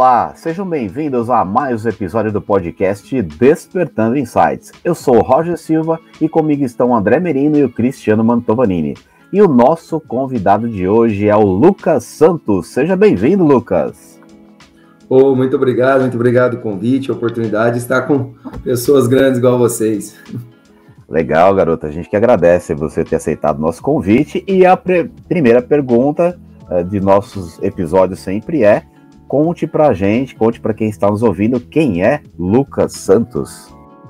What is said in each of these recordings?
Olá, sejam bem-vindos a mais um episódio do podcast Despertando Insights. Eu sou o Roger Silva e comigo estão o André Merino e o Cristiano Mantovanini. E o nosso convidado de hoje é o Lucas Santos. Seja bem-vindo, Lucas. Muito obrigado o convite, a oportunidade de estar com pessoas grandes igual vocês. Legal, garoto. A gente que agradece você ter aceitado o nosso convite. E a primeira pergunta de nossos episódios sempre é: conte pra gente, conte pra quem está nos ouvindo, quem é Lucas Santos?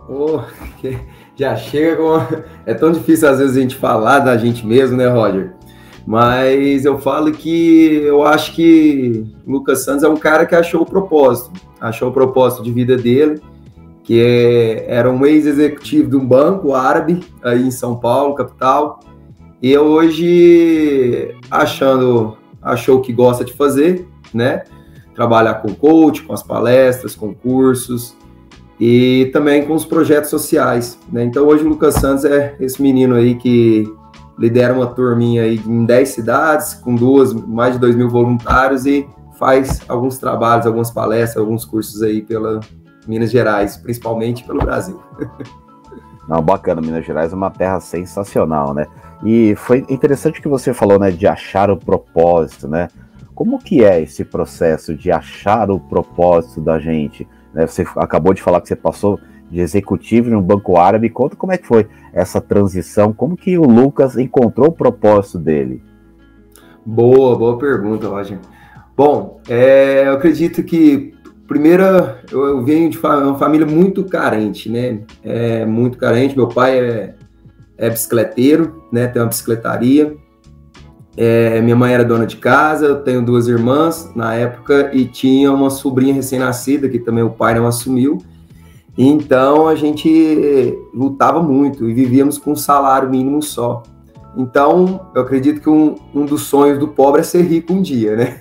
Já chega com... É tão difícil às vezes a gente falar da gente mesmo, né, Roger? Mas eu falo que eu acho que Lucas Santos é um cara que achou o propósito de vida dele, que era um ex-executivo de um banco árabe aí em São Paulo, capital, e hoje achou o que gosta de fazer, né? Trabalhar com coach, com as palestras, com cursos e também com os projetos sociais, né? Então hoje o Lucas Santos é esse menino aí que lidera uma turminha aí em 10 cidades, com mais de 2.000 voluntários e faz alguns trabalhos, algumas palestras, alguns cursos aí pela Minas Gerais, principalmente pelo Brasil. Não, bacana, Minas Gerais é uma terra sensacional, né? E foi interessante o que você falou, né, de achar o propósito, né? Como que é esse processo de achar o propósito da gente? Né? Você acabou de falar que você passou de executivo em um banco árabe. Conta como é que foi essa transição, como que o Lucas encontrou o propósito dele? Boa pergunta, Roger. Bom, eu acredito que, primeiro, eu venho de uma família muito carente, né? Muito carente. Meu pai é bicicleteiro, né? Tem uma bicicletaria. Minha mãe era dona de casa, eu tenho 2 irmãs na época e tinha uma sobrinha recém-nascida que também o pai não assumiu. Então a gente lutava muito e vivíamos com um salário mínimo só. Então eu acredito que um dos sonhos do pobre é ser rico um dia, né?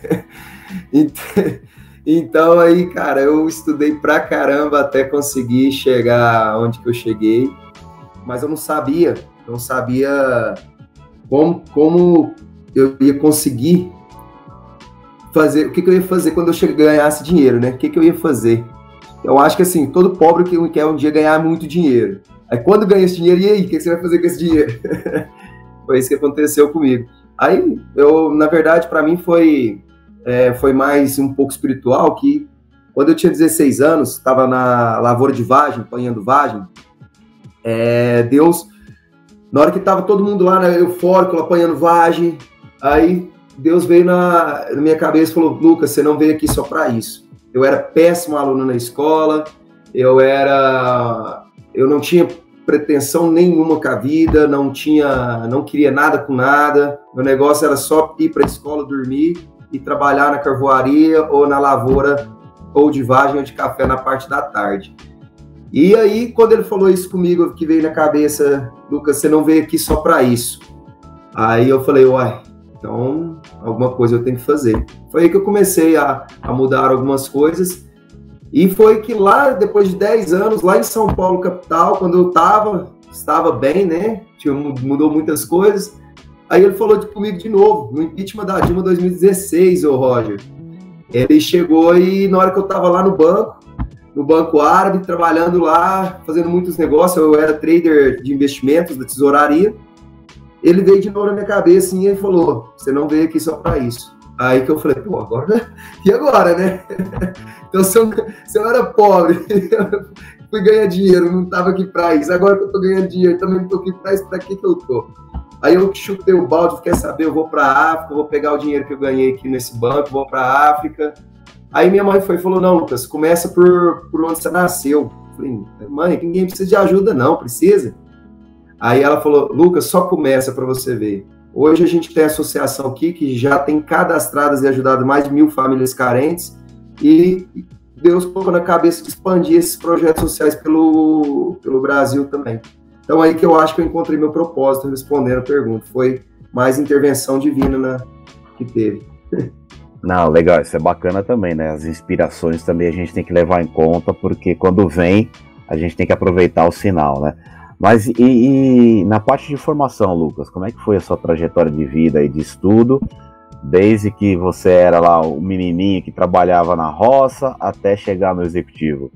Então aí, cara, eu estudei pra caramba até conseguir chegar onde que eu cheguei, mas eu não sabia como eu ia conseguir fazer, o que eu ia fazer quando eu ganhasse dinheiro, né? O que eu ia fazer? Eu acho que assim, todo pobre que quer um dia ganhar muito dinheiro. Aí quando ganha esse dinheiro, e aí, o que você vai fazer com esse dinheiro? Foi isso que aconteceu comigo. Aí, na verdade, para mim foi mais um pouco espiritual, que quando eu tinha 16 anos, estava na lavoura de vagem, apanhando vagem, Deus, na hora que estava todo mundo lá, né, eufórico, apanhando vagem, aí Deus veio na minha cabeça e falou: Lucas, você não veio aqui só para isso. Eu era péssimo aluno na escola, eu não tinha pretensão nenhuma com a vida, não queria nada com nada, meu negócio era só ir para a escola, dormir e trabalhar na carvoaria ou na lavoura ou de vagem ou de café na parte da tarde. E aí, quando ele falou isso comigo, que veio na cabeça: Lucas, você não veio aqui só para isso. Aí eu falei: uai, então alguma coisa eu tenho que fazer. Foi aí que eu comecei a mudar algumas coisas. E foi que lá, depois de 10 anos, lá em São Paulo, capital, quando eu estava bem, né? Mudou muitas coisas. Aí ele falou comigo de novo, no impeachment da Dilma 2016, ô Roger. Ele chegou e na hora que eu estava lá no banco árabe, trabalhando lá, fazendo muitos negócios, eu era trader de investimentos da tesouraria. Ele veio de novo na minha cabeça e ele falou: você não veio aqui só para isso. Aí que eu falei: pô, agora? E agora, né? Então, se eu era pobre, fui ganhar dinheiro, não estava aqui para isso. Agora que eu estou ganhando dinheiro, também não estou aqui para isso, para que eu estou? Aí eu chutei o balde, quer saber, eu vou para a África, vou pegar o dinheiro que eu ganhei aqui nesse banco, vou para a África. Aí minha mãe falou: não, Lucas, começa por onde você nasceu. Eu falei: mãe, ninguém precisa de ajuda não, precisa? Aí ela falou: Lucas, só começa para você ver. Hoje a gente tem a associação aqui que já tem cadastradas e ajudado mais de 1.000 famílias carentes e Deus colocou na cabeça de expandir esses projetos sociais pelo Brasil também. Então aí que eu acho que eu encontrei meu propósito respondendo a pergunta. Foi mais intervenção divina que teve. Não, legal, isso é bacana também, né? As inspirações também a gente tem que levar em conta, porque quando vem, a gente tem que aproveitar o sinal, né? Mas e na parte de formação, Lucas, como é que foi a sua trajetória de vida e de estudo? Desde que você era lá o menininho que trabalhava na roça até chegar no executivo?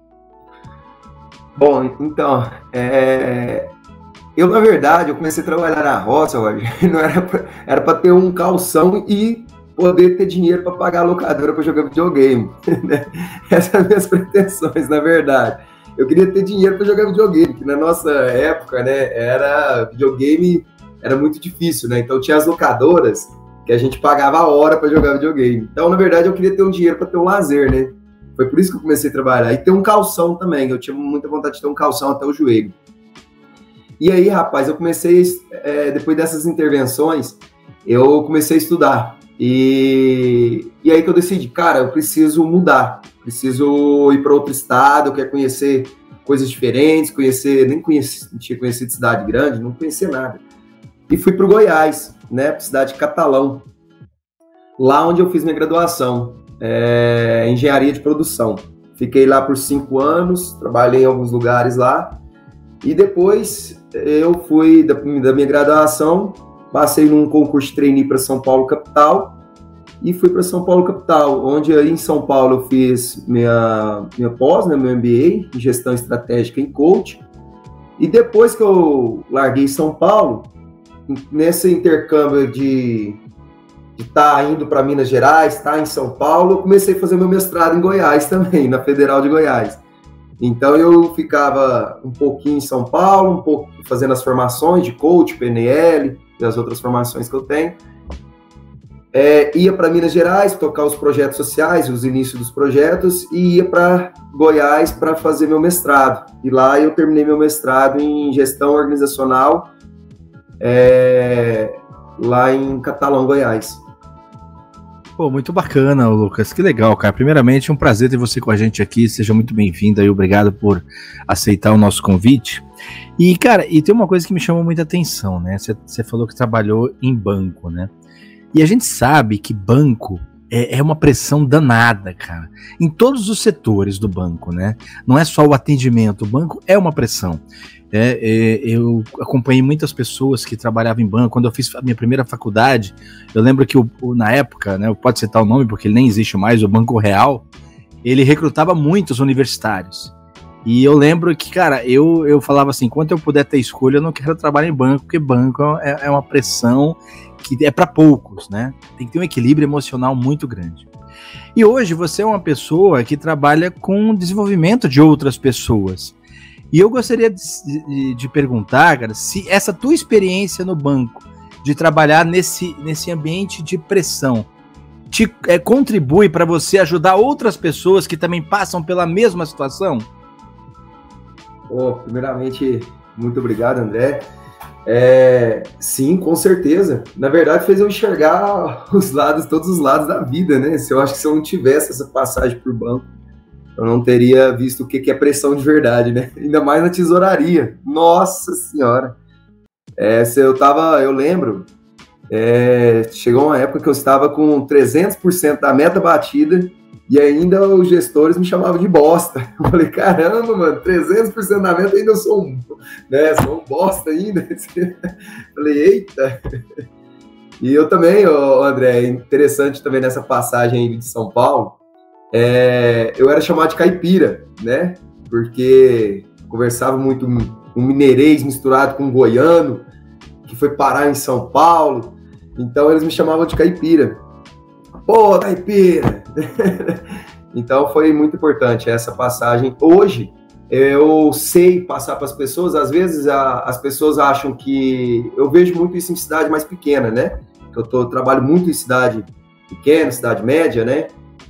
Bom, então, eu, na verdade, eu comecei a trabalhar na roça, não era para ter um calção e poder ter dinheiro para pagar a locadora para jogar videogame. Né? Essas são as minhas pretensões, na verdade. Eu queria ter dinheiro para jogar videogame, que na nossa época, né, videogame era muito difícil, né? Então tinha as locadoras que a gente pagava a hora para jogar videogame. Então, na verdade, eu queria ter um dinheiro para ter um lazer, né? Foi por isso que eu comecei a trabalhar. E ter um calção também, eu tinha muita vontade de ter um calção até o joelho. E aí, rapaz, eu comecei, depois dessas intervenções, eu comecei a estudar. E aí que eu decidi, cara, eu preciso mudar, preciso ir para outro estado, eu quero conhecer coisas diferentes, não tinha conhecido cidade grande, não conhecia nada. E fui para o Goiás, né, para a cidade de Catalão, lá onde eu fiz minha graduação, engenharia de produção. Fiquei lá por 5 anos, trabalhei em alguns lugares lá, e depois eu fui da minha graduação, passei num concurso de trainee para São Paulo capital e fui para São Paulo capital, onde aí em São Paulo eu fiz minha pós, né, meu MBA em gestão estratégica em coach. E depois que eu larguei São Paulo, nesse intercâmbio de estar indo para Minas Gerais, estar em São Paulo, eu comecei a fazer meu mestrado em Goiás também, na Federal de Goiás. Então eu ficava um pouquinho em São Paulo, um pouco fazendo as formações de coach, PNL, e as outras formações que eu tenho. Ia para Minas Gerais, tocar os projetos sociais, os inícios dos projetos, e ia para Goiás para fazer meu mestrado. E lá eu terminei meu mestrado em gestão organizacional, lá em Catalão, Goiás. Pô, muito bacana, Lucas, que legal, cara. Primeiramente, um prazer ter você com a gente aqui, seja muito bem-vindo e obrigado por aceitar o nosso convite. E, cara, tem uma coisa que me chamou muita atenção, né? Você falou que trabalhou em banco, né? E a gente sabe que banco é uma pressão danada, cara, em todos os setores do banco, né? Não é só o atendimento, o banco é uma pressão. Eu acompanhei muitas pessoas que trabalhavam em banco. Quando eu fiz a minha primeira faculdade, eu lembro que na época, né, pode citar o nome porque ele nem existe mais, o Banco Real, ele recrutava muitos universitários. E eu lembro que, cara, eu falava assim, enquanto eu puder ter escolha, eu não quero trabalhar em banco, porque banco é uma pressão que é para poucos, né? Tem que ter um equilíbrio emocional muito grande. E hoje você é uma pessoa que trabalha com o desenvolvimento de outras pessoas. E eu gostaria de perguntar, cara, se essa tua experiência no banco, de trabalhar nesse ambiente de pressão, contribui para você ajudar outras pessoas que também passam pela mesma situação? Primeiramente, muito obrigado, André. Sim, com certeza. Na verdade, fez eu enxergar todos os lados da vida, né? Eu acho que se eu não tivesse essa passagem por banco, eu não teria visto o que é pressão de verdade, né? Ainda mais na tesouraria. Nossa Senhora! Eu lembro, chegou uma época que eu estava com 300% da meta batida e ainda os gestores me chamavam de bosta. Eu falei, caramba, mano, 300% da meta ainda eu sou um bosta ainda. Falei, eita! E eu também, André, é interessante também nessa passagem aí de São Paulo, eu era chamado de caipira, né? Porque conversava muito com mineirês misturado com goiano, que foi parar em São Paulo. Então eles me chamavam de caipira. Pô, caipira! Então foi muito importante essa passagem. Hoje eu sei passar para as pessoas. Às vezes as pessoas acham que... Eu vejo muito isso em cidade mais pequena, né? Eu trabalho muito em cidade pequena, cidade média, né?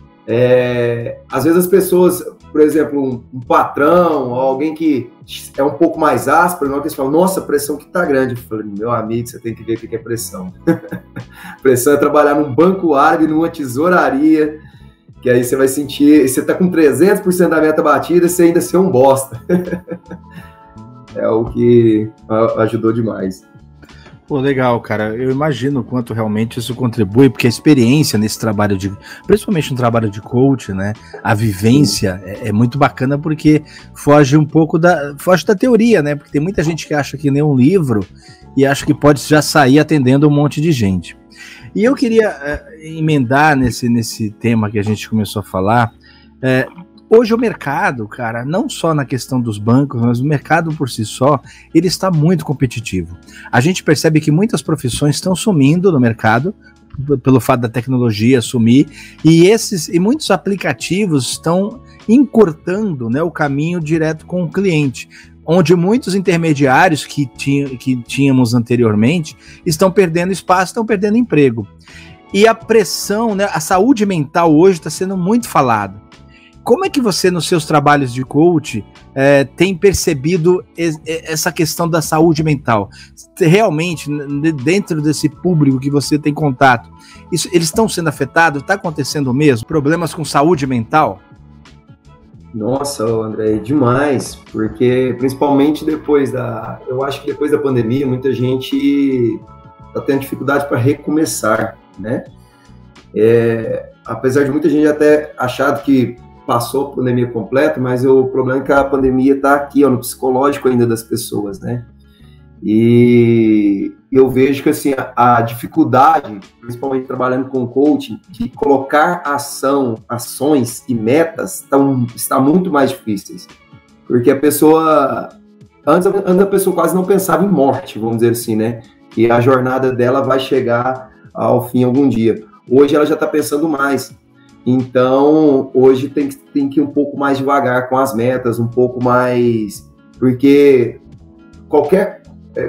Às vezes as pessoas, por exemplo, um patrão, alguém que é um pouco mais áspero, não, que eles falam, nossa, a pressão que tá grande. Eu falei, meu amigo, você tem que ver o que é pressão. Pressão é trabalhar num banco árabe, numa tesouraria, que aí você vai sentir, você tá com 300% da meta batida, você ainda ser um bosta. É o que ajudou demais. Pô, legal, cara. Eu imagino o quanto realmente isso contribui, porque a experiência nesse trabalho principalmente no trabalho de coach, né? A vivência é muito bacana porque foge um pouco foge da teoria, né? Porque tem muita gente que acha que lê um livro e acha que pode já sair atendendo um monte de gente. E eu queria emendar nesse tema que a gente começou a falar. Hoje o mercado, cara, não só na questão dos bancos, mas o mercado por si só, ele está muito competitivo. A gente percebe que muitas profissões estão sumindo no mercado, pelo fato da tecnologia sumir, e muitos aplicativos estão encurtando, né, o caminho direto com o cliente, onde muitos intermediários que tínhamos anteriormente estão perdendo espaço, estão perdendo emprego. E a pressão, né, a saúde mental hoje está sendo muito falada. Como é que você, nos seus trabalhos de coach, tem percebido essa questão da saúde mental? Realmente, dentro desse público que você tem contato, eles estão sendo afetados? Está acontecendo mesmo? Problemas com saúde mental? Nossa, André, demais, porque principalmente eu acho que depois da pandemia, muita gente está tendo dificuldade para recomeçar, né? Apesar de muita gente até achado que passou a pandemia completa, mas o problema é que a pandemia está aqui, no psicológico ainda das pessoas, né? E eu vejo que assim, a dificuldade, principalmente trabalhando com coaching, de colocar ações e metas está muito mais difíceis. Porque a pessoa, antes a pessoa quase não pensava em morte, vamos dizer assim, né? Que a jornada dela vai chegar ao fim algum dia. Hoje ela já está pensando mais. Então, hoje tem que ir um pouco mais devagar com as metas, um pouco mais... Porque qualquer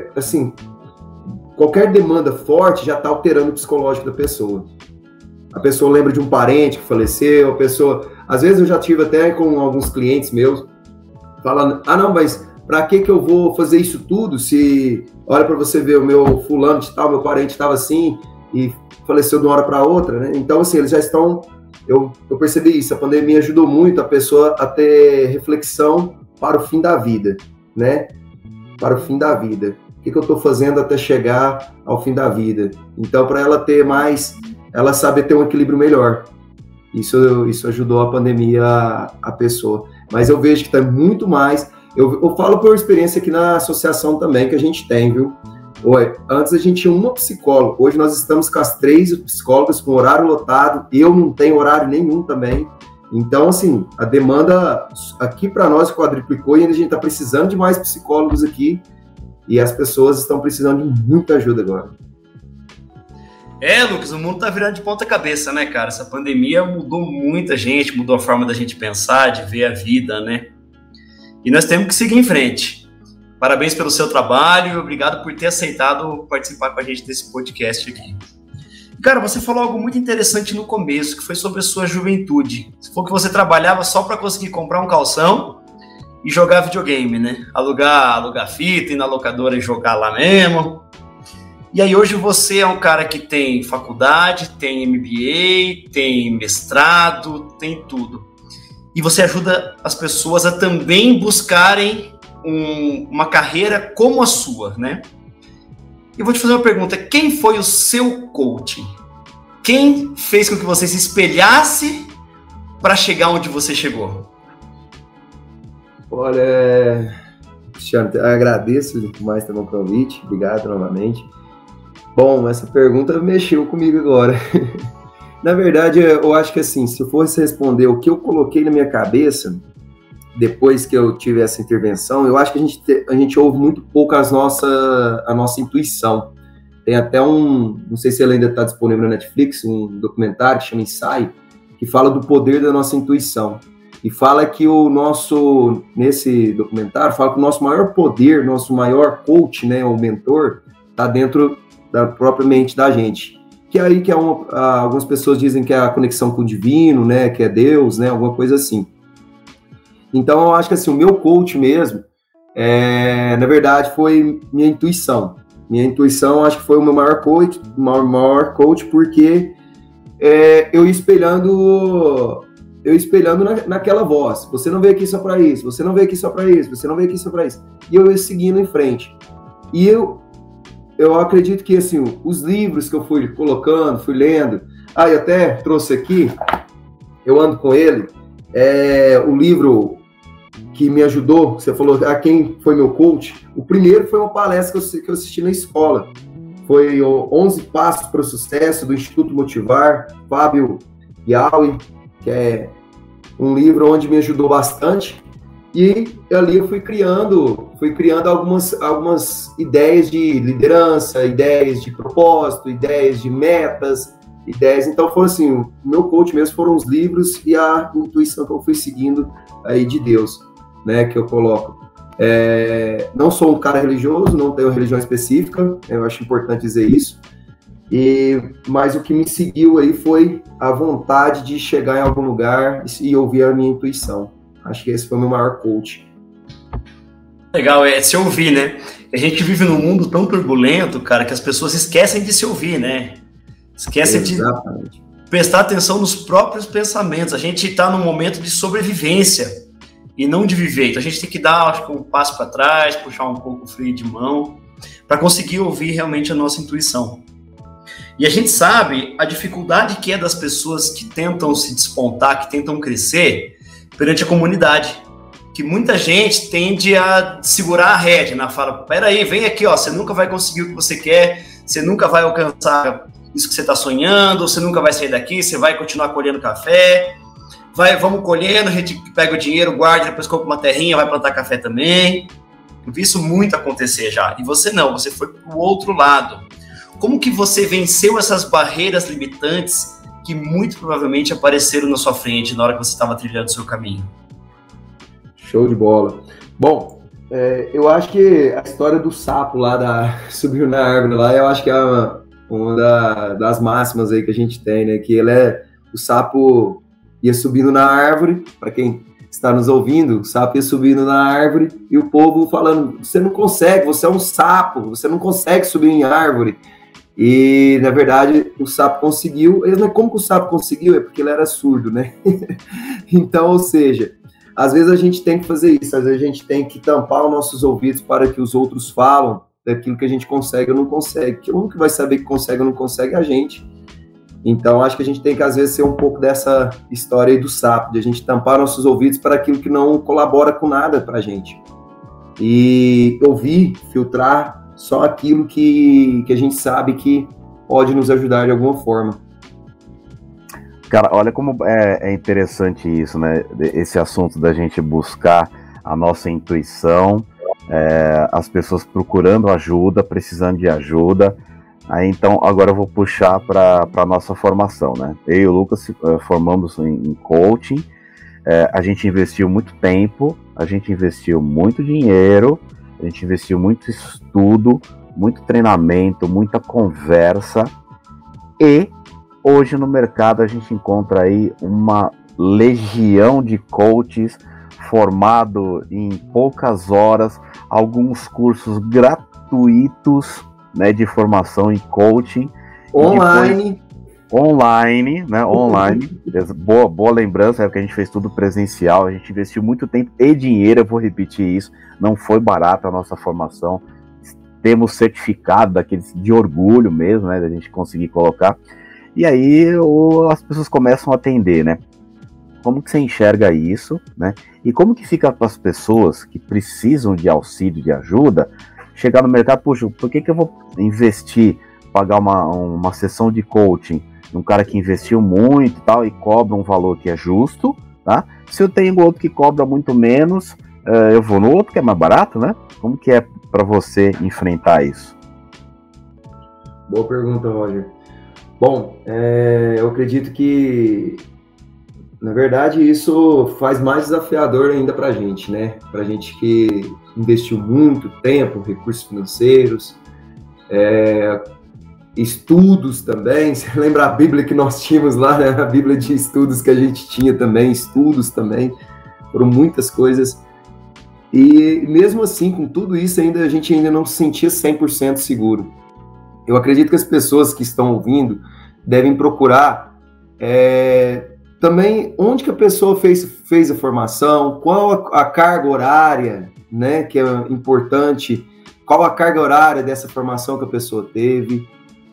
demanda forte já está alterando o psicológico da pessoa. A pessoa lembra de um parente que faleceu, Às vezes eu já tive até com alguns clientes meus, falando, não, mas para que eu vou fazer isso tudo se... Olha para você ver, o meu fulano de tal, meu parente estava assim e faleceu de uma hora para outra, né? Então, assim, eles já estão... Eu percebi isso, a pandemia ajudou muito a pessoa a ter reflexão para o fim da vida, né? Para o fim da vida. O que eu estou fazendo até chegar ao fim da vida? Então, para ela ter mais, ela sabe ter um equilíbrio melhor. Isso ajudou a pandemia a pessoa. Mas eu vejo que está muito mais... Eu falo por experiência aqui na associação também que a gente tem, viu? Antes a gente tinha uma psicóloga, hoje nós estamos com as 3 psicólogas com horário lotado, eu não tenho horário nenhum também, então assim, a demanda aqui para nós quadruplicou e a gente está precisando de mais psicólogos aqui e as pessoas estão precisando de muita ajuda agora. Lucas, o mundo tá virando de ponta cabeça, né, cara? Essa pandemia mudou muita gente, mudou a forma da gente pensar, de ver a vida, né? E nós temos que seguir em frente. Parabéns pelo seu trabalho e obrigado por ter aceitado participar com a gente desse podcast aqui. Cara, você falou algo muito interessante no começo, que foi sobre a sua juventude. Você falou que você trabalhava só para conseguir comprar um calção e jogar videogame, né? Alugar fita, ir na locadora e jogar lá mesmo. E aí hoje você é um cara que tem faculdade, tem MBA, tem mestrado, tem tudo. E você ajuda as pessoas a também buscarem uma carreira como a sua, né? Eu vou te fazer uma pergunta. Quem foi o seu coaching? Quem fez com que você se espelhasse para chegar onde você chegou? Olha, Cristiano, agradeço mais também o convite. Obrigado novamente. Bom, essa pergunta mexeu comigo agora. Na verdade, eu acho que assim, se eu fosse responder o que eu coloquei na minha cabeça depois que eu tive essa intervenção, eu acho que a gente ouve muito pouco a nossa intuição. Tem até não sei se ele ainda está disponível na Netflix, um documentário que chama Ensaio, que fala do poder da nossa intuição. E fala que nesse documentário, fala que o nosso maior poder, nosso maior coach, né, o mentor, está dentro da própria mente da gente. Que é aí que algumas pessoas dizem que é a conexão com o divino, né, que é Deus, né, alguma coisa assim. Então, eu acho que assim, o meu coach mesmo, na verdade, foi minha intuição. Minha intuição, acho que foi o meu maior coach porque eu ia espelhando naquela voz. Você não veio aqui só para isso, você não veio aqui só para isso, você não veio aqui só para isso. E eu ia seguindo em frente. E eu acredito que, assim, os livros que eu fui colocando, fui lendo, eu até trouxe aqui, eu ando com ele, o livro que me ajudou, você falou, quem foi meu coach? O primeiro foi uma palestra que eu assisti na escola. foi o 11 Passos para o Sucesso, do Instituto Motivar, Fábio Yaui, que é um livro onde me ajudou bastante. E ali eu fui criando algumas ideias de liderança, ideias de propósito, ideias de metas, ideias. Então foram assim, o meu coach mesmo foram os livros e a intuição que eu fui seguindo aí de Deus, né, que eu coloco. Não sou um cara religioso, não tenho religião específica, eu acho importante dizer isso. Mas o que me seguiu aí foi a vontade de chegar em algum lugar e ouvir a minha intuição. Acho que esse foi o meu maior coach. Legal, é se ouvir, né? A gente vive num mundo tão turbulento, cara, que as pessoas esquecem de se ouvir, né? Esquecem Exatamente. de prestar atenção nos próprios pensamentos. A gente está num momento de sobrevivência e não de viver. Então a gente tem que dar, acho que, um passo para trás, puxar um pouco o freio de mão, para conseguir ouvir realmente a nossa intuição. E a gente sabe a dificuldade que é das pessoas que tentam se despontar, que tentam crescer perante a comunidade. Que muita gente tende a segurar a rédea, né? Fala, peraí, vem aqui, ó, você nunca vai conseguir o que você quer, você nunca vai alcançar isso que você está sonhando, você nunca vai sair daqui, você vai continuar colhendo café, vamos colhendo, a gente pega o dinheiro, guarda, depois compra uma terrinha, vai plantar café também. Eu vi isso muito acontecer já. E você não, você foi para o outro lado. Como que você venceu essas barreiras limitantes que muito provavelmente apareceram na sua frente na hora que você estava trilhando o seu caminho? Show de bola. Bom, eu acho que a história do sapo lá, subiu na árvore lá, eu acho que é uma das máximas aí que a gente tem, né? Que o sapo ia subindo na árvore, para quem está nos ouvindo, o sapo ia subindo na árvore e o povo falando, você não consegue, você é um sapo, você não consegue subir em árvore. E, na verdade, o sapo conseguiu. Como que o sapo conseguiu? É porque ele era surdo, né? Então, ou seja, às vezes a gente tem que fazer isso, às vezes a gente tem que tampar os nossos ouvidos para que os outros falam daquilo que a gente consegue ou não consegue. Que o único que vai saber que consegue ou não consegue é a gente. Então, acho que a gente tem que, às vezes, ser um pouco dessa história aí do sapo, de a gente tampar nossos ouvidos para aquilo que não colabora com nada para a gente. E ouvir, filtrar só aquilo que a gente sabe que pode nos ajudar de alguma forma. Cara, olha como é interessante isso, né? Esse assunto da gente buscar a nossa intuição, as pessoas procurando ajuda, precisando de ajuda. Aí, então, agora eu vou puxar para a nossa formação, né? Eu e o Lucas formamos em coaching, a gente investiu muito tempo, a gente investiu muito dinheiro, a gente investiu muito estudo, muito treinamento, muita conversa, e hoje no mercado a gente encontra aí uma legião de coaches formado em poucas horas, alguns cursos gratuitos, né, de formação em coaching. Online. Online, né? Online. Boa lembrança, é que a gente fez tudo presencial, a gente investiu muito tempo e dinheiro, eu vou repetir isso, não foi barata a nossa formação. Temos certificado daqueles de orgulho mesmo, né? Da gente conseguir colocar. E aí as pessoas começam a atender, né? Como que você enxerga isso, né? E como que fica para as pessoas que precisam de auxílio, de ajuda, chegar no mercado, puxa, por que eu vou investir, pagar uma sessão de coaching num cara que investiu muito e tal, e cobra um valor que é justo, tá? Se eu tenho outro que cobra muito menos, eu vou no outro que é mais barato, né? Como que é para você enfrentar isso? Boa pergunta, Roger. Bom, eu acredito que, na verdade, isso faz mais desafiador ainda para a gente, né? Para a gente que investiu muito tempo, recursos financeiros, estudos também. Você lembra a Bíblia que nós tínhamos lá, né? A Bíblia de estudos que a gente tinha também, estudos também, foram muitas coisas. E mesmo assim, com tudo isso, a gente ainda não se sentia 100% seguro. Eu acredito que as pessoas que estão ouvindo devem procurar também onde que a pessoa fez a formação, qual a carga horária, né, que é importante, qual a carga horária dessa formação que a pessoa teve.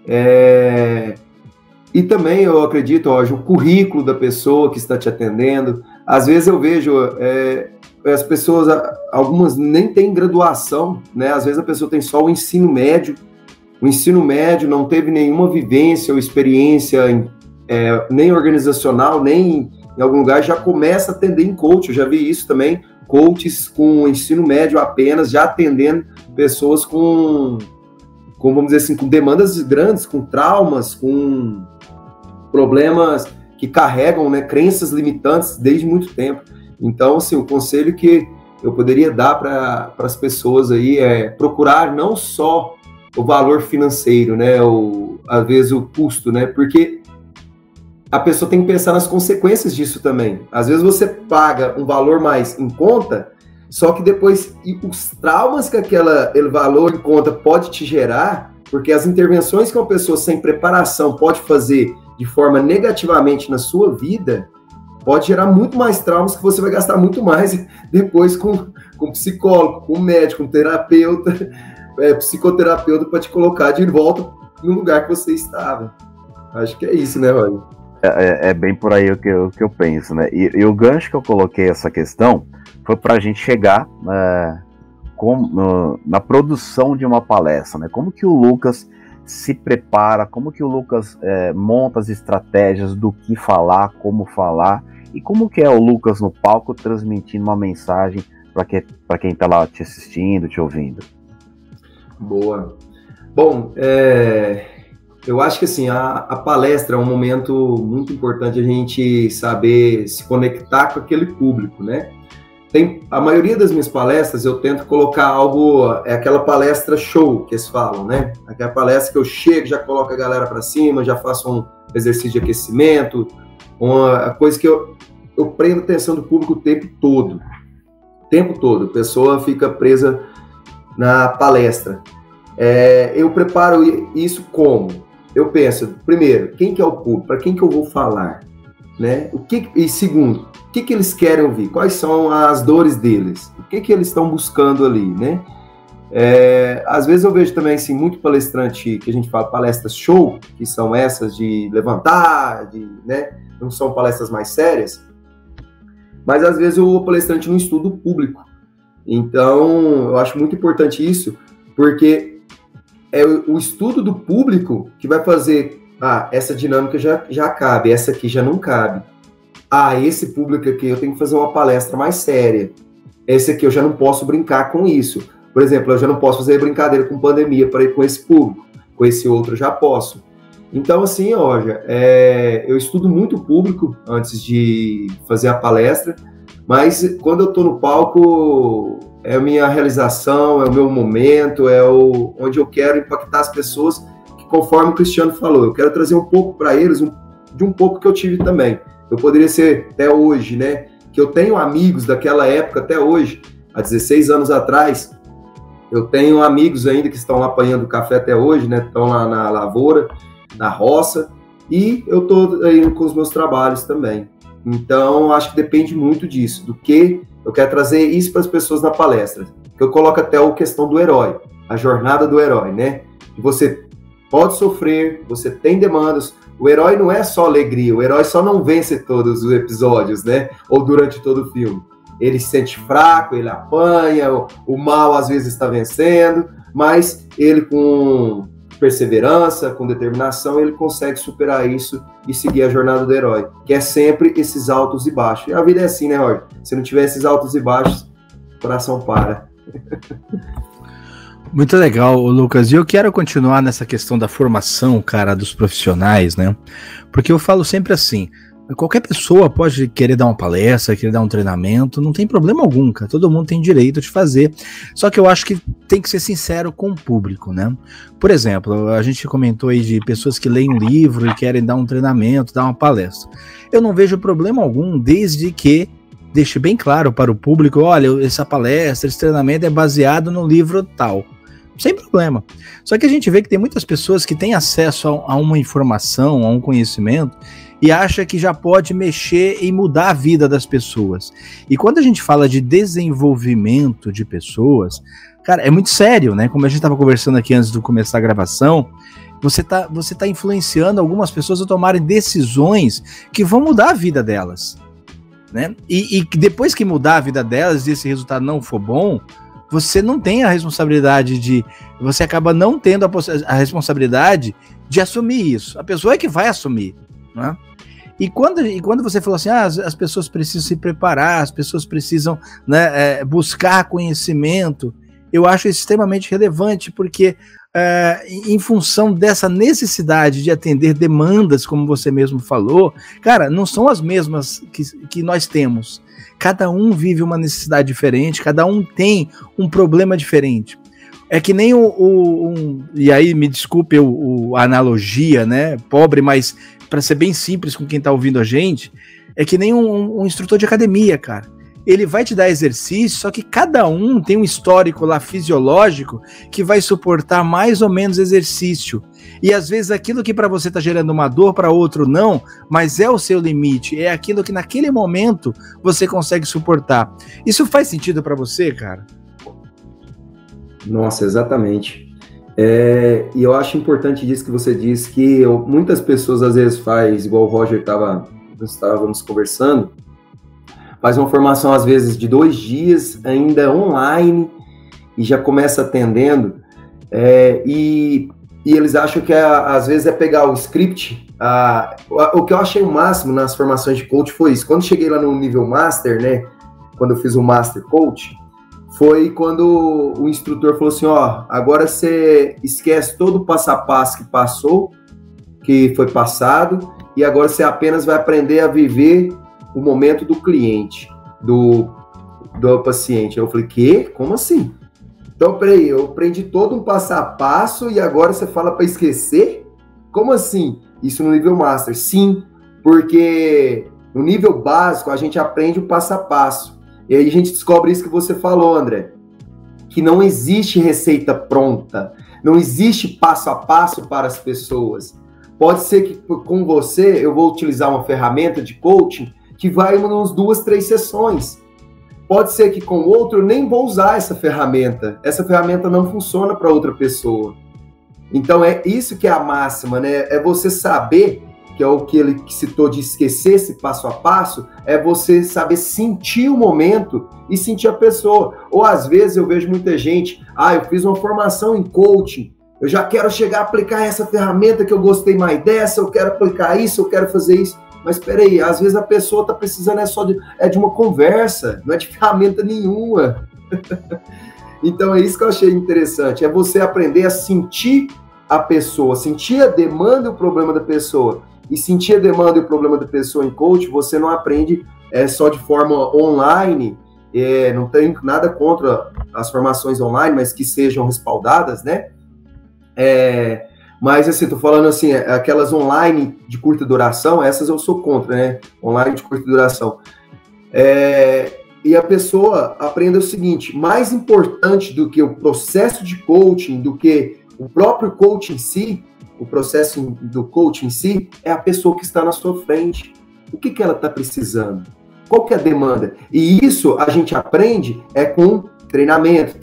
E também eu acredito, Roger, o currículo da pessoa que está te atendendo. Às vezes eu vejo as pessoas, algumas nem têm graduação, né? Às vezes a pessoa tem só o ensino médio o ensino médio não teve nenhuma vivência ou experiência nem organizacional, nem em algum lugar, já começa a atender em coach. Eu já vi isso também, coaches com ensino médio apenas, já atendendo pessoas com vamos dizer assim, com demandas grandes, com traumas, com problemas que carregam, né, crenças limitantes desde muito tempo. Então, assim, o conselho que eu poderia dar para as pessoas aí é procurar não só o valor financeiro, né, ou às vezes o custo, né, porque a pessoa tem que pensar nas consequências disso também. Às vezes você paga um valor mais em conta, só que depois os traumas que aquele valor em conta pode te gerar, porque as intervenções que uma pessoa sem preparação pode fazer de forma negativamente na sua vida, pode gerar muito mais traumas que você vai gastar muito mais depois com psicólogo, com médico, com terapeuta, psicoterapeuta para te colocar de volta no lugar que você estava. Acho que é isso, né, Rony? É bem por aí o que eu penso, né? E o gancho que eu coloquei essa questão foi para a gente chegar na produção de uma palestra, né? Como que o Lucas se prepara, como que o Lucas monta as estratégias do que falar, como falar, e como que é o Lucas no palco transmitindo uma mensagem para quem está lá te assistindo, te ouvindo. Boa. Bom, eu acho que assim, a palestra é um momento muito importante a gente saber se conectar com aquele público, né? A maioria das minhas palestras eu tento colocar algo, aquela palestra show que eles falam, né? Aquela palestra que eu chego, já coloco a galera para cima, já faço um exercício de aquecimento, uma coisa que eu prendo a atenção do público o tempo todo. O tempo todo, a pessoa fica presa na palestra. Eu preparo isso como? Eu penso, primeiro, quem que é o público? Para quem que eu vou falar? Né? E segundo, o que eles querem ouvir? Quais são as dores deles? O que eles estão buscando ali, né? Às vezes eu vejo também assim, muito palestrante que a gente fala palestras show, que são essas de levantar, né? Não são palestras mais sérias, mas às vezes o palestrante não estuda o público. Então, eu acho muito importante isso, porque é o estudo do público que vai fazer, essa dinâmica já cabe, essa aqui já não cabe. Esse público aqui eu tenho que fazer uma palestra mais séria. Esse aqui eu já não posso brincar com isso. Por exemplo, eu já não posso fazer brincadeira com pandemia para ir com esse público. Com esse outro eu já posso. Então, assim, eu estudo muito o público antes de fazer a palestra, mas quando eu estou no palco, é a minha realização, é o meu momento, onde eu quero impactar as pessoas, que conforme o Cristiano falou, eu quero trazer um pouco para eles, de um pouco que eu tive também. Eu poderia ser até hoje, né? Que eu tenho amigos daquela época até hoje, há 16 anos atrás, eu tenho amigos ainda que estão lá apanhando café até hoje, né? Estão lá na lavoura, na roça, e eu estou aí com os meus trabalhos também. Então, acho que depende muito disso, do que eu quero trazer isso para as pessoas na palestra. Que eu coloco até a questão do herói, a jornada do herói, né? Que você pode sofrer, você tem demandas. O herói não é só alegria, o herói só não vence todos os episódios, né? Ou durante todo o filme. Ele se sente fraco, ele apanha, o mal às vezes está vencendo, mas ele com perseverança, com determinação, ele consegue superar isso e seguir a jornada do herói, que é sempre esses altos e baixos. E a vida é assim, né, Roger? Se não tiver esses altos e baixos, o coração para. Muito legal, Lucas. E eu quero continuar nessa questão da formação, cara, dos profissionais, né? Porque eu falo sempre assim, qualquer pessoa pode querer dar uma palestra, querer dar um treinamento, não tem problema algum, cara. Todo mundo tem direito de fazer. Só que eu acho que tem que ser sincero com o público, né? Por exemplo, a gente comentou aí de pessoas que leem um livro e querem dar um treinamento, dar uma palestra. Eu não vejo problema algum, desde que deixe bem claro para o público, olha, essa palestra, esse treinamento é baseado no livro tal. Sem problema. Só que a gente vê que tem muitas pessoas que têm acesso a uma informação, a um conhecimento, e acha que já pode mexer e mudar a vida das pessoas. E quando a gente fala de desenvolvimento de pessoas, cara, é muito sério, né? Como a gente estava conversando aqui antes de começar a gravação, você tá influenciando algumas pessoas a tomarem decisões que vão mudar a vida delas, né? E depois que mudar a vida delas e esse resultado não for bom, você não tem a responsabilidade você acaba não tendo a responsabilidade de assumir isso. A pessoa é que vai assumir, né? E quando você falou assim, as pessoas precisam se preparar, as pessoas precisam, né, buscar conhecimento, eu acho extremamente relevante, porque em função dessa necessidade de atender demandas, como você mesmo falou, cara, não são as mesmas que nós temos. Cada um vive uma necessidade diferente, cada um tem um problema diferente. É que nem e aí me desculpe a analogia, né, pobre, mas para ser bem simples com quem tá ouvindo a gente, é que nem um instrutor de academia, cara. Ele vai te dar exercício, só que cada um tem um histórico lá fisiológico que vai suportar mais ou menos exercício. E às vezes aquilo que para você tá gerando uma dor, para outro não, mas é o seu limite, é aquilo que naquele momento você consegue suportar. Isso faz sentido para você, cara? Nossa, exatamente. E eu acho importante disso que você disse, que muitas pessoas às vezes faz, igual o Roger estávamos conversando, faz uma formação às vezes de 2 dias, ainda online, e já começa atendendo, e eles acham que às vezes é pegar o script. O que eu achei o máximo nas formações de coach foi isso. Quando cheguei lá no nível Master, né, quando eu fiz o Master Coach, foi quando o instrutor falou assim, agora você esquece todo o passo a passo que passou, que foi passado, e agora você apenas vai aprender a viver o momento do cliente, do paciente. Eu falei, quê? Como assim? Então, peraí, eu aprendi todo um passo a passo e agora você fala para esquecer? Como assim? Isso no nível Master? Sim, porque no nível básico a gente aprende o passo a passo. E aí a gente descobre isso que você falou, André, que não existe receita pronta, não existe passo a passo para as pessoas. Pode ser que com você eu vou utilizar uma ferramenta de coaching que vai umas 2, 3 sessões. Pode ser que com outro eu nem vou usar essa ferramenta não funciona para outra pessoa. Então é isso que é a máxima, né? É você saber, que é o que ele citou de esquecer esse passo a passo, é você saber sentir o momento e sentir a pessoa. Ou às vezes eu vejo muita gente, eu fiz uma formação em coaching, eu já quero chegar a aplicar essa ferramenta que eu gostei mais dessa, eu quero aplicar isso, eu quero fazer isso. Mas peraí, às vezes a pessoa está precisando só de uma conversa, não é de ferramenta nenhuma. Então é isso que eu achei interessante, é você aprender a sentir a pessoa, sentir a demanda e o problema da pessoa. E sentir a demanda e o problema da pessoa em coach, você não aprende só de forma online, não tem nada contra as formações online, mas que sejam respaldadas, né? Mas assim, tô falando assim, aquelas online de curta duração, essas eu sou contra, né? Online de curta duração. E a pessoa aprende o seguinte, mais importante do que o processo de coaching, do que o próprio coach em si, o processo do coaching em si, é a pessoa que está na sua frente. O que ela está precisando? Qual que é a demanda? E isso a gente aprende com treinamento,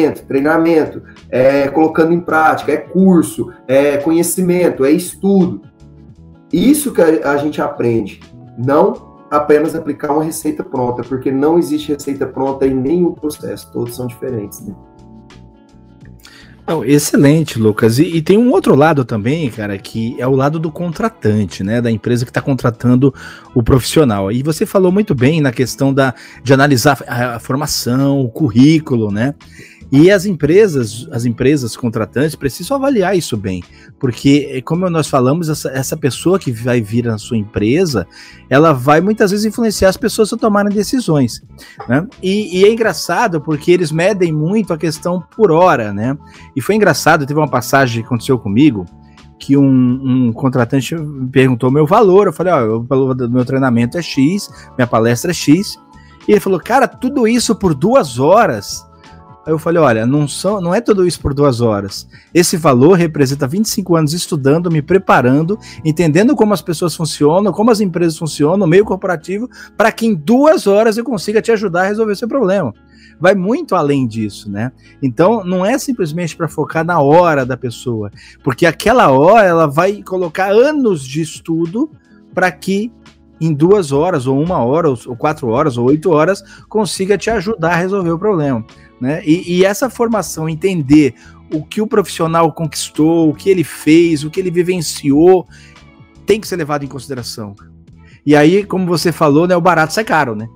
colocando em prática, curso, conhecimento, estudo. Isso que a gente aprende, não apenas aplicar uma receita pronta, porque não existe receita pronta em nenhum processo, todos são diferentes, né? Não, excelente, Lucas. E tem um outro lado também, cara, que é o lado do contratante, né? Da empresa que está contratando o profissional. E você falou muito bem na questão de analisar a formação, o currículo, né? E as empresas contratantes precisam avaliar isso bem, porque, como nós falamos, essa pessoa que vai vir na sua empresa, ela vai muitas vezes influenciar as pessoas a tomarem decisões, né? E é engraçado porque eles medem muito a questão por hora, né? E foi engraçado, teve uma passagem que aconteceu comigo, que um contratante me perguntou o meu valor, eu falei, o valor do meu treinamento é X, minha palestra é X, e ele falou, cara, tudo isso por 2 horas? Aí eu falei, olha, não é tudo isso por 2 horas. Esse valor representa 25 anos estudando, me preparando, entendendo como as pessoas funcionam, como as empresas funcionam, o meio corporativo, para que em 2 horas eu consiga te ajudar a resolver seu problema. Vai muito além disso, né? Então, não é simplesmente para focar na hora da pessoa, porque aquela hora ela vai colocar anos de estudo para que em 2 horas, ou 1 hora, ou 4 horas, ou 8 horas, consiga te ajudar a resolver o problema. né? E essa formação, entender o que o profissional conquistou, o que ele fez, o que ele vivenciou, tem que ser levado em consideração. E aí, como você falou, né, o barato sai caro, né?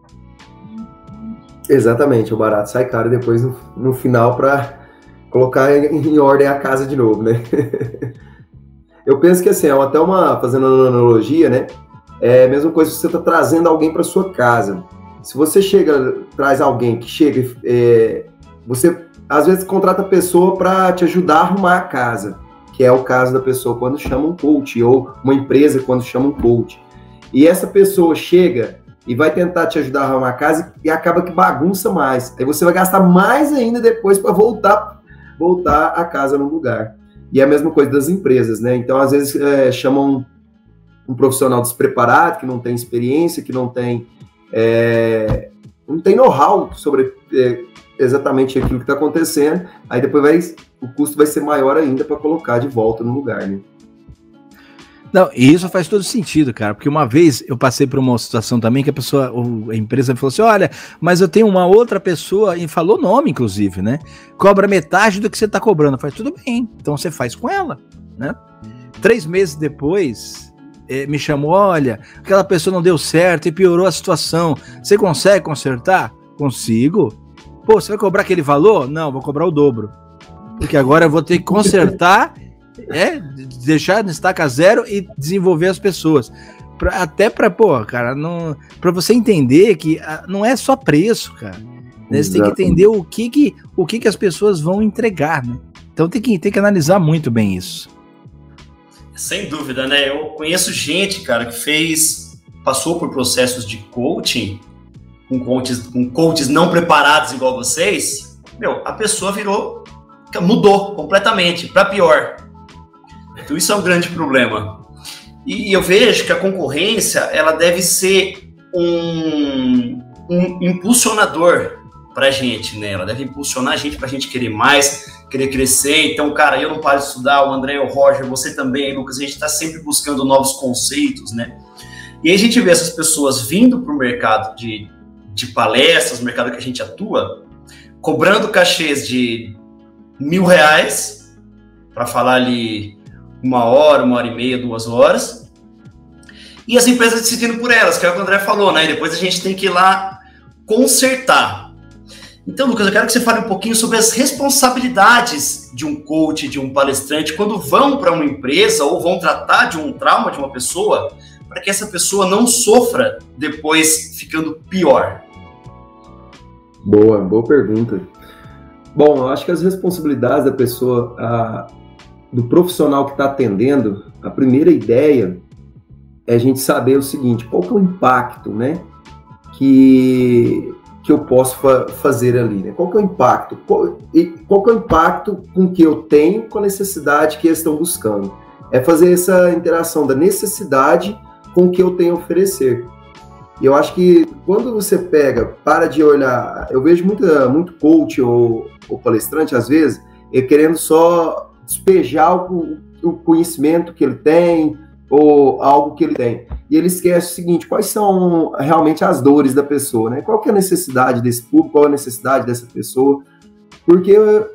Exatamente, o barato sai caro depois no final para colocar em ordem a casa de novo, né? Eu penso que assim, até fazendo uma analogia, né? É a mesma coisa se você está trazendo alguém para sua casa. Se você traz alguém que chega, você às vezes contrata a pessoa para te ajudar a arrumar a casa, que é o caso da pessoa quando chama um coach, ou uma empresa quando chama um coach. E essa pessoa chega e vai tentar te ajudar a arrumar a casa e acaba que bagunça mais. Aí você vai gastar mais ainda depois para voltar a casa no lugar. E é a mesma coisa das empresas, né? Então, às vezes, chamam um profissional despreparado, que não tem experiência, que não tem know-how sobre exatamente aquilo que está acontecendo. Aí depois o custo vai ser maior ainda para colocar de volta no lugar, né? Não, e isso faz todo sentido, cara, porque uma vez eu passei por uma situação também que a empresa me falou assim, olha, mas eu tenho uma outra pessoa, e falou nome, inclusive, né, cobra metade do que você tá cobrando. Eu falei, tudo bem, então você faz com ela, né? 3 meses depois, me chamou, olha, aquela pessoa não deu certo e piorou a situação, você consegue consertar? Consigo. Pô, você vai cobrar aquele valor? Não, vou cobrar o dobro, porque agora eu vou ter que consertar... deixar na estaca zero e desenvolver as pessoas. Pra você entender que não é só preço, cara. Né? Você tem que entender o que as pessoas vão entregar, né? Então tem que analisar muito bem isso. Sem dúvida, né? Eu conheço gente, cara, que passou por processos de coaching, com coaches não preparados igual vocês. A pessoa mudou completamente, para pior. Então isso é um grande problema. E eu vejo que a concorrência, ela deve ser um impulsionador pra gente, né? Ela deve impulsionar a gente pra gente querer mais, querer crescer. Então, cara, eu não paro de estudar, o André, o Roger, você também, Lucas, a gente tá sempre buscando novos conceitos, né? E aí a gente vê essas pessoas vindo pro mercado de palestras, mercado que a gente atua, cobrando cachês de R$1.000 para falar ali 1 hora, 1h30, 2 horas, e as empresas decidindo por elas, que é o que o André falou, né? E depois a gente tem que ir lá consertar. Então, Lucas, eu quero que você fale um pouquinho sobre as responsabilidades de um coach, de um palestrante, quando vão para uma empresa ou vão tratar de um trauma de uma pessoa, para que essa pessoa não sofra depois ficando pior. Boa pergunta. Bom, eu acho que as responsabilidades da pessoa, do profissional que está atendendo, a primeira ideia é a gente saber o seguinte, qual que é o impacto, né, que eu posso fazer ali, né? Qual que é o impacto? Qual que é o impacto com que eu tenho com a necessidade que eles estão buscando? É fazer essa interação da necessidade com o que eu tenho a oferecer. E eu acho que quando você para de olhar, eu vejo muito coach ou palestrante, às vezes, querendo só despejar o conhecimento que ele tem ou algo que ele tem. E ele esquece o seguinte, quais são realmente as dores da pessoa, né? Qual que é a necessidade desse público, qual é a necessidade dessa pessoa? Porque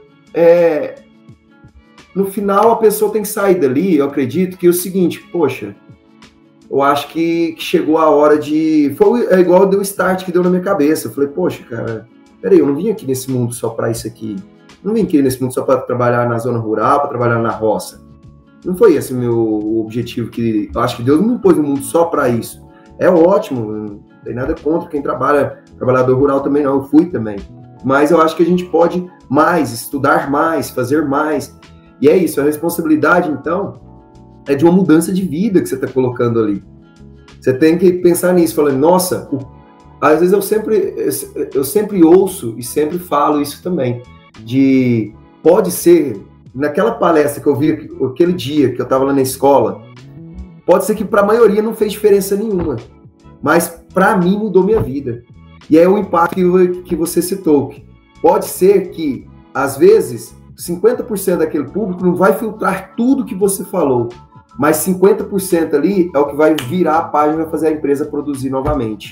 no final a pessoa tem que sair dali, eu acredito que é o seguinte, poxa, eu acho que chegou a hora é igual deu o start que deu na minha cabeça. Eu falei, poxa, cara, peraí, eu não vim aqui nesse mundo só para isso aqui. Não vim aqui nesse mundo só para trabalhar na zona rural, para trabalhar na roça. Não foi esse o meu objetivo, que eu acho que Deus não pôs no mundo só para isso. É ótimo, não tem nada contra quem trabalhador rural também não, eu fui também. Mas eu acho que a gente pode mais, estudar mais, fazer mais. E é isso, a responsabilidade, então, é de uma mudança de vida que você está colocando ali. Você tem que pensar nisso, falando, nossa, às vezes eu sempre ouço e sempre falo isso também, pode ser, naquela palestra que eu vi aquele dia que eu estava lá na escola, pode ser que para a maioria não fez diferença nenhuma, mas para mim mudou minha vida. E é o impacto que você citou. Pode ser que, às vezes, 50% daquele público não vai filtrar tudo que você falou, mas 50% ali é o que vai virar a página e vai fazer a empresa produzir novamente.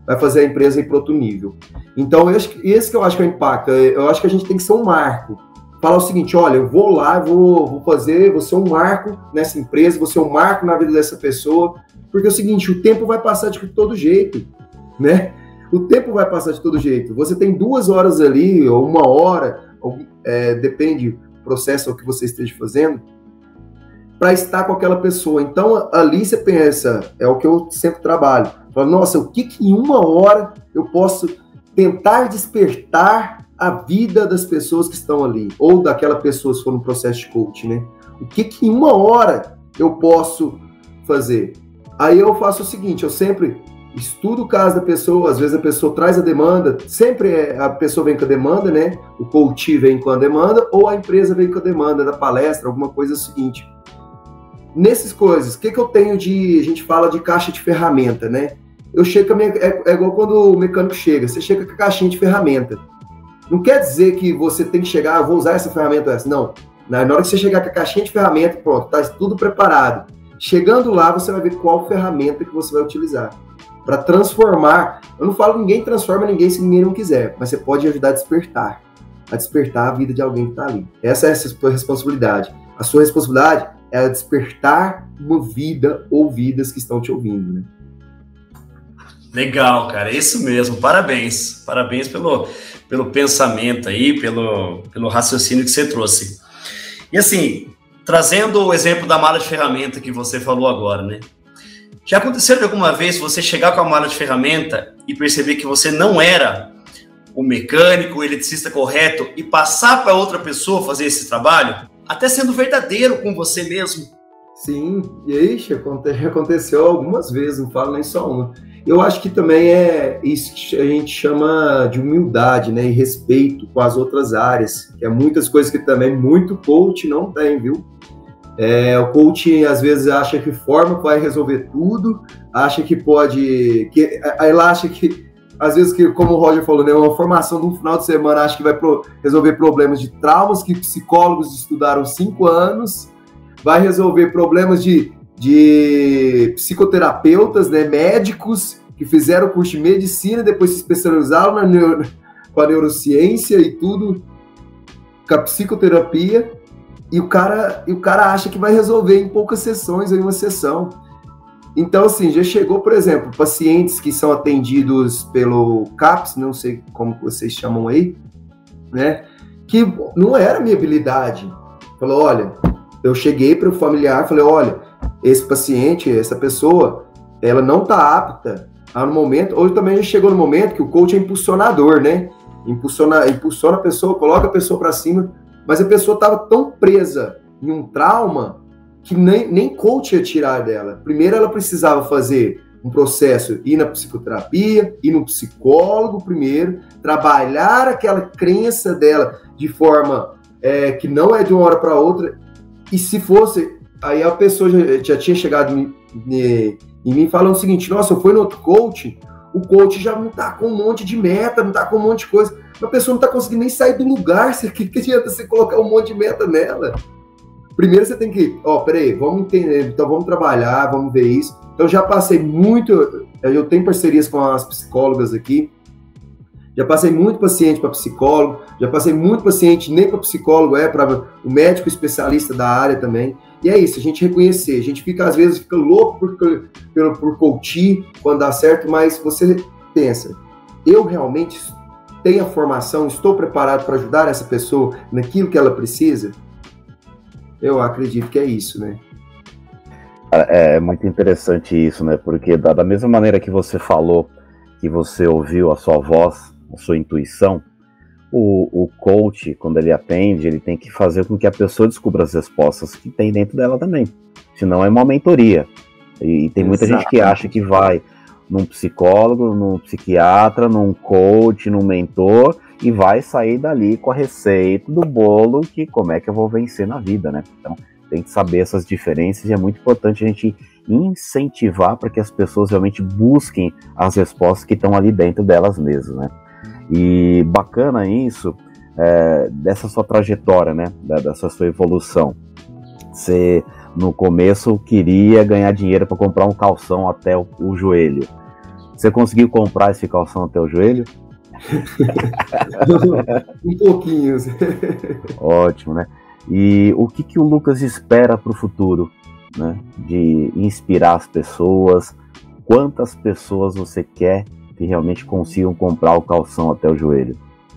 vai fazer a empresa ir para outro nível. Então, esse que eu acho que é o impacto. Eu acho que a gente tem que ser um marco. Falar o seguinte, olha, eu vou lá, vou ser um marco nessa empresa, vou ser um marco na vida dessa pessoa, porque é o seguinte, o tempo vai passar de todo jeito, né? O tempo vai passar de todo jeito. Você tem 2 horas ali, ou 1 hora, depende do processo que você esteja fazendo, para estar com aquela pessoa. Então, ali você pensa, é o que eu sempre trabalho. Fala, nossa, o que em 1 hora eu posso tentar despertar a vida das pessoas que estão ali, ou daquela pessoa se for no processo de coaching, né? O que em 1 hora eu posso fazer? Aí eu faço o seguinte, eu sempre estudo o caso da pessoa, às vezes a pessoa traz a demanda, sempre a pessoa vem com a demanda, né? O coach vem com a demanda, ou a empresa vem com a demanda da palestra, alguma coisa seguinte. Nessas coisas, o que eu tenho a gente fala de caixa de ferramenta, né? Eu chego é igual quando o mecânico chega, você chega com a caixinha de ferramenta. Não quer dizer que você tem que chegar, vou usar essa ferramenta, essa. Não. Na hora que você chegar com a caixinha de ferramenta, pronto, tá tudo preparado. Chegando lá, você vai ver qual ferramenta que você vai utilizar. Para transformar, eu não falo ninguém transforma ninguém se ninguém não quiser, mas você pode ajudar a despertar a vida de alguém que está ali. Essa é a sua responsabilidade. A sua responsabilidade é despertar uma vida ou vidas que estão te ouvindo, né? Legal, cara, isso mesmo, parabéns pelo pensamento aí, pelo raciocínio que você trouxe. E assim, trazendo o exemplo da mala de ferramenta que você falou agora, né? Já aconteceu de alguma vez você chegar com a mala de ferramenta e perceber que você não era o mecânico, o eletricista correto e passar para outra pessoa fazer esse trabalho, até sendo verdadeiro com você mesmo? Sim, e aí aconteceu algumas vezes, não falo nem só uma. Eu acho que também é isso que a gente chama de humildade, né, e respeito com as outras áreas, que é muitas coisas que também muito coach não tem, viu? O coach às vezes acha que forma vai resolver tudo, acha que pode, ela acha que, às vezes, que, como o Roger falou, né, uma formação de um final de semana acha que vai resolver problemas de traumas que psicólogos estudaram 5 anos, vai resolver problemas de psicoterapeutas, né, médicos que fizeram o curso de medicina, depois se especializaram com a neurociência e tudo, com a psicoterapia, e o cara acha que vai resolver em poucas sessões, ou em uma sessão. Então, assim, já chegou, por exemplo, pacientes que são atendidos pelo CAPS, não sei como vocês chamam aí, né, que não era minha habilidade. Falou, olha, eu cheguei para o familiar, falei, olha, esse paciente, essa pessoa, ela não está apta no momento, ou também já chegou no momento que o coach é impulsionador, né? Impulsiona a pessoa, coloca a pessoa para cima, mas a pessoa estava tão presa em um trauma que nem coach ia tirar dela. Primeiro ela precisava fazer um processo, ir na psicoterapia, ir no psicólogo primeiro, trabalhar aquela crença dela de forma que não é de uma hora para outra, e se fosse, aí a pessoa já tinha chegado em mim falando o seguinte, nossa, eu fui no outro coach, o coach já não tá com um monte de meta, não tá com um monte de coisa, a pessoa não tá conseguindo nem sair do lugar, que adianta você colocar um monte de meta nela? Primeiro você tem que, peraí, vamos entender, então vamos trabalhar, vamos ver isso. Então já passei muito, eu tenho parcerias com as psicólogas aqui, já passei muito paciente para psicólogo, já passei muito paciente nem para psicólogo, para o médico especialista da área também. E é isso, a gente reconhecer, a gente às vezes fica louco por coaching quando dá certo, mas você pensa, eu realmente tenho a formação, estou preparado para ajudar essa pessoa naquilo que ela precisa? Eu acredito que é isso, né? É muito interessante isso, né? Porque da mesma maneira que você falou, que você ouviu a sua voz, a sua intuição, o coach, quando ele atende, ele tem que fazer com que a pessoa descubra as respostas que tem dentro dela também. Senão é uma mentoria. E tem muita gente que acha que vai num psicólogo, num psiquiatra, num coach, num mentor, e vai sair dali com a receita do bolo que como é que eu vou vencer na vida, né? Então tem que saber essas diferenças e é muito importante a gente incentivar para que as pessoas realmente busquem as respostas que estão ali dentro delas mesmas, né? E bacana isso, dessa sua trajetória, né? Dessa sua evolução. Você, no começo, queria ganhar dinheiro para comprar um calção até o joelho. Você conseguiu comprar esse calção até o joelho? Um pouquinho. Ótimo, né? E o que o Lucas espera para o futuro, né? De inspirar as pessoas. Quantas pessoas você quer que realmente consigam comprar o calção até o joelho?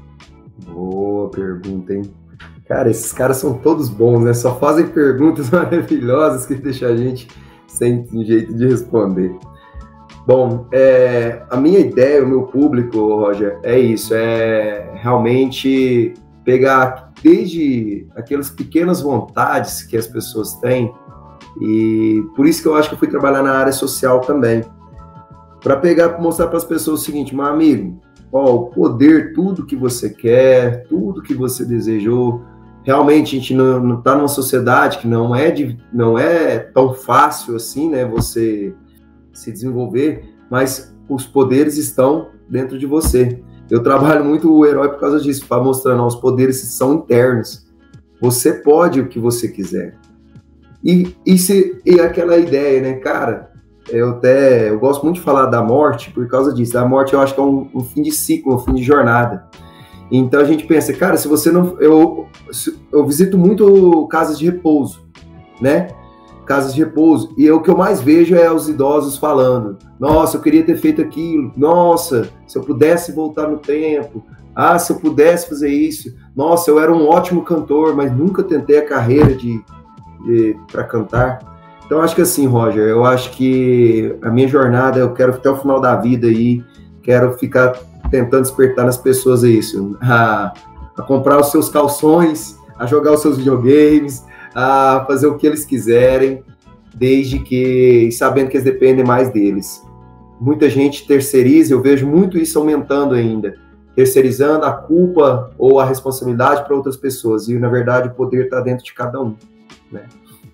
Boa pergunta, hein? Cara, esses caras são todos bons, né? Só fazem perguntas maravilhosas que deixam a gente sem jeito de responder. Bom, a minha ideia, o meu público, Roger, é isso, é realmente pegar desde aquelas pequenas vontades que as pessoas têm, e por isso que eu acho que eu fui trabalhar na área social também, para mostrar para as pessoas o seguinte: meu amigo, o poder, tudo que você quer, tudo que você desejou, realmente a gente não está numa sociedade que não é tão fácil assim, né, você se desenvolver, mas os poderes estão dentro de você. Eu trabalho muito o herói por causa disso, para mostrar os poderes são internos. Você pode o que você quiser. E aquela ideia, né, cara, eu gosto muito de falar da morte por causa disso. A morte eu acho que é um fim de ciclo, um fim de jornada. Então a gente pensa, cara, se você não... Eu visito muito casas de repouso, né? Casas de repouso, e o que eu mais vejo é os idosos falando: nossa, eu queria ter feito aquilo, nossa, se eu pudesse voltar no tempo, se eu pudesse fazer isso, nossa, eu era um ótimo cantor, mas nunca tentei a carreira para cantar. Então acho que assim, Roger, eu acho que a minha jornada, eu quero até o final da vida aí, quero ficar tentando despertar nas pessoas isso, a comprar os seus calções, a jogar os seus videogames, a fazer o que eles quiserem, desde que sabendo que eles dependem mais deles. Muita gente terceiriza, eu vejo muito isso aumentando ainda, terceirizando a culpa ou a responsabilidade para outras pessoas, e na verdade o poder está dentro de cada um, né?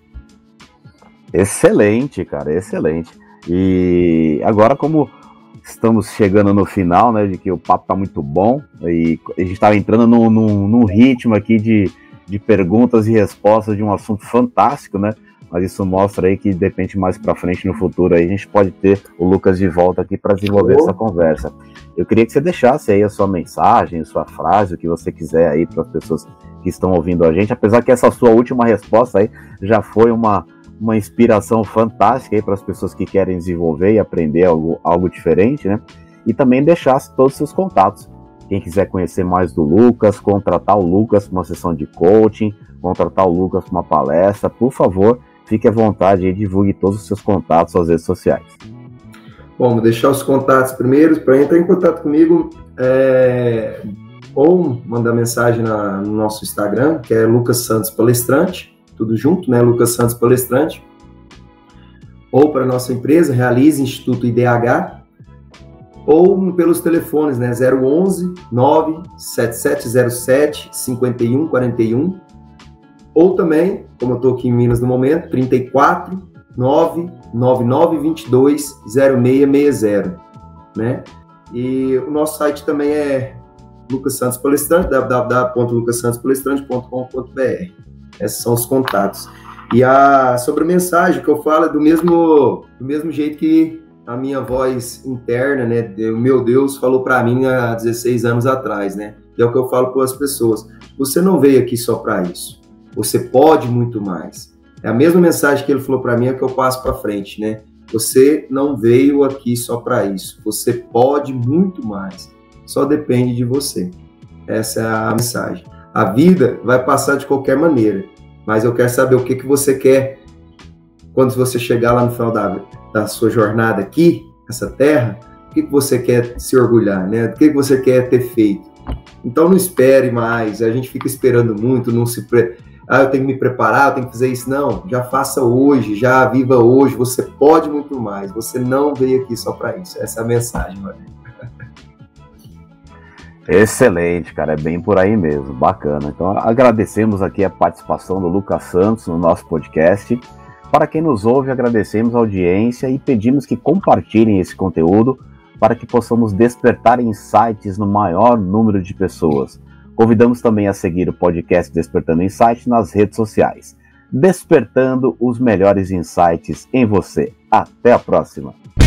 Excelente, cara, excelente. E agora, como estamos chegando no final, né, de que o papo tá muito bom, e a gente estava entrando num ritmo aqui de perguntas e respostas de um assunto fantástico, né? Mas isso mostra aí que, de repente, mais para frente, no futuro, aí a gente pode ter o Lucas de volta aqui para desenvolver essa conversa. Eu queria que você deixasse aí a sua mensagem, a sua frase, o que você quiser aí para as pessoas que estão ouvindo a gente, apesar que essa sua última resposta aí já foi uma inspiração fantástica aí para as pessoas que querem desenvolver e aprender algo diferente, né? E também deixasse todos os seus contatos. Quem quiser conhecer mais do Lucas, contratar o Lucas para uma sessão de coaching, contratar o Lucas para uma palestra, por favor, fique à vontade e divulgue todos os seus contatos, suas redes sociais. Bom, vou deixar os contatos primeiro. Para entrar em contato comigo, ou mandar mensagem no nosso Instagram, que é Lucas Santos Palestrante, tudo junto, né? Lucas Santos Palestrante. Ou para a nossa empresa, Realize Instituto IDH, ou pelos telefones, né? 011 97707 5141, ou também, como eu estou aqui em Minas no momento, 34 99922 0660, né? E o nosso site também é Lucas Santos Palestrante, www.lucassantspalestrante.com.br. Esses são os contatos. E sobre a mensagem que eu falo é do mesmo jeito que a minha voz interna, né? O meu Deus falou para mim há 16 anos atrás, né? E é o que eu falo para as pessoas. Você não veio aqui só para isso. Você pode muito mais. É a mesma mensagem que ele falou para mim, é que eu passo para frente, né? Você não veio aqui só para isso. Você pode muito mais. Só depende de você. Essa é a mensagem. A vida vai passar de qualquer maneira, mas eu quero saber o que você quer quando você chegar lá no final da sua jornada aqui, nessa terra, o que você quer se orgulhar, né? O que você quer ter feito. Então não espere mais, a gente fica esperando muito, eu tenho que me preparar, eu tenho que fazer isso. Não, já faça hoje, já viva hoje, você pode muito mais, você não veio aqui só para isso. Essa é a mensagem, mano. Excelente, cara, é bem por aí mesmo, bacana. Então agradecemos aqui a participação do Lucas Santos no nosso podcast. Para quem nos ouve, agradecemos a audiência e pedimos que compartilhem esse conteúdo para que possamos despertar insights no maior número de pessoas. Convidamos também a seguir o podcast Despertando Insights nas redes sociais. Despertando os melhores insights em você. Até a próxima!